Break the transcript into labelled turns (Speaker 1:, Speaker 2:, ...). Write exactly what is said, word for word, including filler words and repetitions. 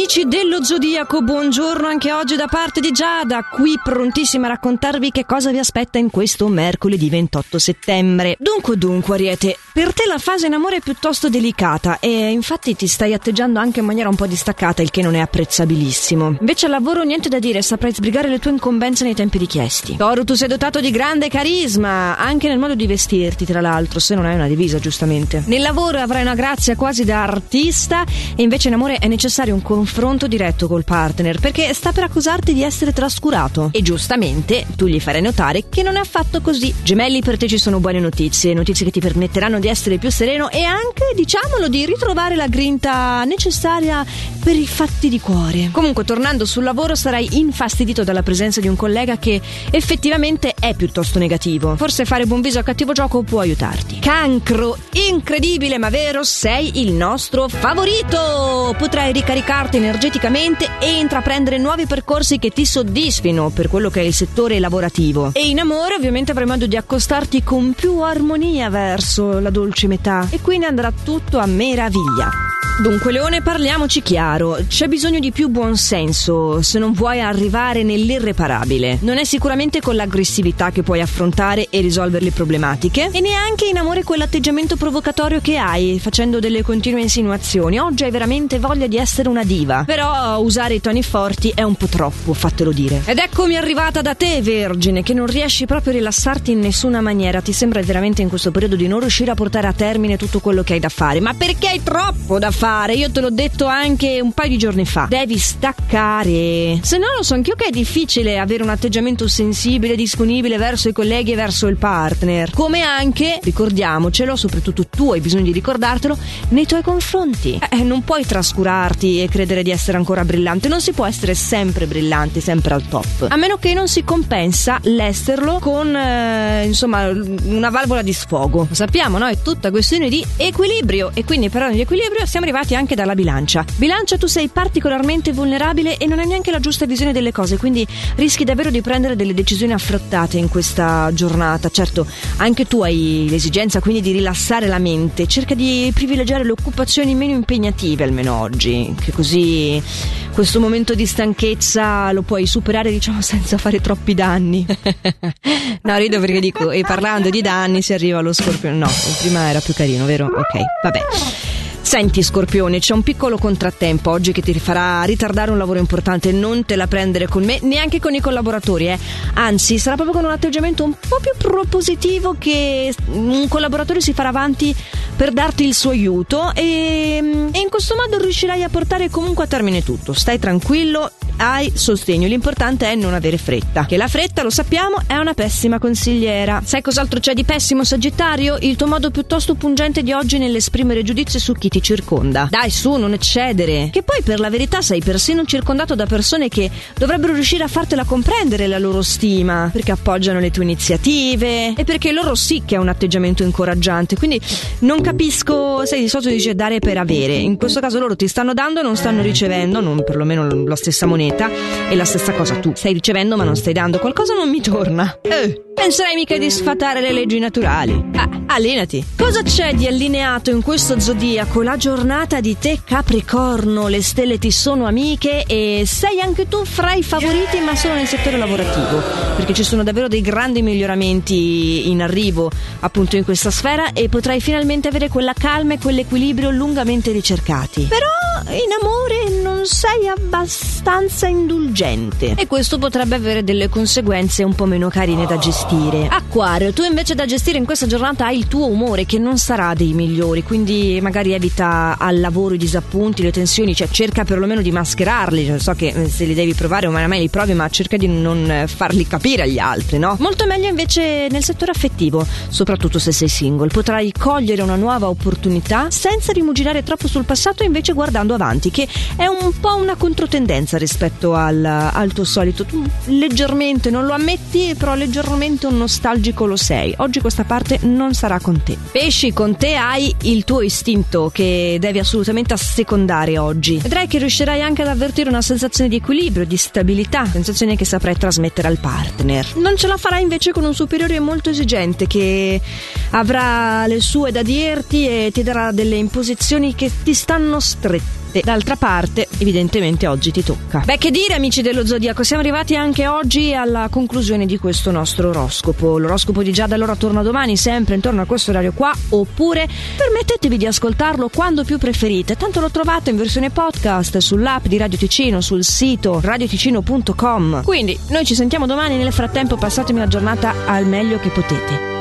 Speaker 1: Amici dello Zodiaco, buongiorno anche oggi da parte di Giada, qui prontissima a raccontarvi che cosa vi aspetta in questo mercoledì ventotto settembre. Dunque, dunque, Ariete, per te la fase in amore è piuttosto delicata e infatti ti stai atteggiando anche in maniera un po' distaccata, il che non è apprezzabilissimo. Invece al lavoro niente da dire, saprai sbrigare le tue incombenze nei tempi richiesti. Toro, tu sei dotato di grande carisma, anche nel modo di vestirti, tra l'altro, se non hai una divisa, giustamente. Nel lavoro avrai una grazia quasi da artista e invece in amore è necessario un confronto diretto col partner, perché sta per accusarti di essere trascurato e giustamente tu gli farai notare che non è affatto così. Gemelli, per te ci sono buone notizie, notizie che ti permetteranno di essere più sereno e anche, diciamolo, di ritrovare la grinta necessaria per i fatti di cuore. Comunque, tornando sul lavoro, sarai infastidito dalla presenza di un collega che effettivamente è piuttosto negativo. Forse fare buon viso a cattivo gioco può aiutarti. Cancro, incredibile ma vero, sei il nostro favorito. Potrai ricaricarti energeticamente e intraprendere nuovi percorsi che ti soddisfino per quello che è il settore lavorativo. E in amore ovviamente avrai modo di accostarti con più armonia verso la dolce metà e quindi andrà tutto a meraviglia. Dunque, Leone, parliamoci chiaro, c'è bisogno di più buonsenso se non vuoi arrivare nell'irreparabile. Non è sicuramente con l'aggressività che puoi affrontare e risolvere le problematiche e neanche in amore quell'atteggiamento provocatorio che hai, facendo delle continue insinuazioni. Oggi hai veramente voglia di essere una diva, però usare i toni forti è un po' troppo, fatelo dire. Ed eccomi arrivata da te, Vergine, che non riesci proprio a rilassarti in nessuna maniera. Ti sembra veramente in questo periodo di non riuscire a portare a termine tutto quello che hai da fare, ma perché hai troppo da fare? Io te l'ho detto anche un paio di giorni fa. Devi staccare. Se no, lo so anch'io che è difficile avere un atteggiamento sensibile, disponibile verso i colleghi e verso il partner. Come anche, ricordiamocelo, soprattutto tu hai bisogno di ricordartelo, nei tuoi confronti. Eh, non puoi trascurarti e credere di essere ancora brillante. Non si può essere sempre brillanti, sempre al top. A meno che non si compensa l'esserlo con, eh, insomma, una valvola di sfogo. Lo sappiamo, no? È tutta questione di equilibrio. E quindi, però, di equilibrio siamo arrivati anche dalla bilancia. Bilancia, tu sei particolarmente vulnerabile e non hai neanche la giusta visione delle cose, quindi rischi davvero di prendere delle decisioni affrettate in questa giornata. Certo, anche tu hai l'esigenza quindi di rilassare la mente. Cerca di privilegiare le occupazioni meno impegnative, almeno oggi, che così questo momento di stanchezza lo puoi superare, diciamo, senza fare troppi danni. No, rido perché dico, e parlando di danni si arriva allo Scorpione. No, prima era più carino, vero? Ok, vabbè. Senti, Scorpione, c'è un piccolo contrattempo oggi che ti farà ritardare un lavoro importante. Non te la prendere con me, neanche con i collaboratori, eh. Anzi, sarà proprio con un atteggiamento un po' più propositivo che un collaboratore si farà avanti per darti il suo aiuto e, e in questo modo riuscirai a portare comunque a termine tutto. Stai tranquillo, hai sostegno, l'importante è non avere fretta, che la fretta, lo sappiamo, è una pessima consigliera. Sai cos'altro c'è di pessimo, Sagittario? Il tuo modo piuttosto pungente di oggi nell'esprimere giudizio su chi ti circonda. Dai, su, non eccedere, che poi per la verità sei persino circondato da persone che dovrebbero riuscire a fartela comprendere la loro stima, perché appoggiano le tue iniziative e perché loro sì che è un atteggiamento incoraggiante. Quindi non capisco, sai, di solito dice dare per avere, in questo caso loro ti stanno dando e non stanno ricevendo, non perlomeno la stessa moneta, e la stessa cosa tu stai ricevendo ma non stai dando. Qualcosa non mi torna. Eh, penserai mica di sfatare le leggi naturali? Ah, allenati. Cosa c'è di allineato in questo zodiaco? La giornata di te, Capricorno. Le stelle ti sono amiche e sei anche tu fra i favoriti, ma solo nel settore lavorativo, perché ci sono davvero dei grandi miglioramenti in arrivo appunto in questa sfera e potrai finalmente avere quella calma e quell'equilibrio lungamente ricercati. Però in amore non sei abbastanza indulgente e questo potrebbe avere delle conseguenze un po' meno carine da gestire. Acquario, tu invece da gestire in questa giornata hai il tuo umore che non sarà dei migliori, quindi magari evita al lavoro i disappunti, le tensioni, cioè cerca perlomeno di mascherarli. Cioè, so che se li devi provare oramai li provi, ma cerca di non farli capire agli altri, no? Molto meglio invece nel settore affettivo, soprattutto se sei single. Potrai cogliere una nuova opportunità senza rimuginare troppo sul passato e invece guardando avanti, che è un po' una controtendenza rispetto al, al tuo solito. Tu leggermente non lo ammetti, però leggermente un nostalgico lo sei. Oggi questa parte non sarà con te. Pesci, con te hai il tuo istinto che devi assolutamente assecondare oggi. Vedrai che riuscirai anche ad avvertire una sensazione di equilibrio, di stabilità, sensazione che saprai trasmettere al partner. Non ce la farai invece con un superiore molto esigente che avrà le sue da dirti e ti darà delle imposizioni che ti stanno strette. E d'altra parte, evidentemente oggi ti tocca. Beh, che dire, amici dello Zodiaco, siamo arrivati anche oggi alla conclusione di questo nostro oroscopo. L'oroscopo di Giada allora torna domani, sempre intorno a questo orario qua, oppure permettetevi di ascoltarlo quando più preferite, tanto lo trovate in versione podcast sull'app di Radio Ticino, sul sito radio ticino punto com. Quindi noi ci sentiamo domani, nel frattempo passatemi la giornata al meglio che potete.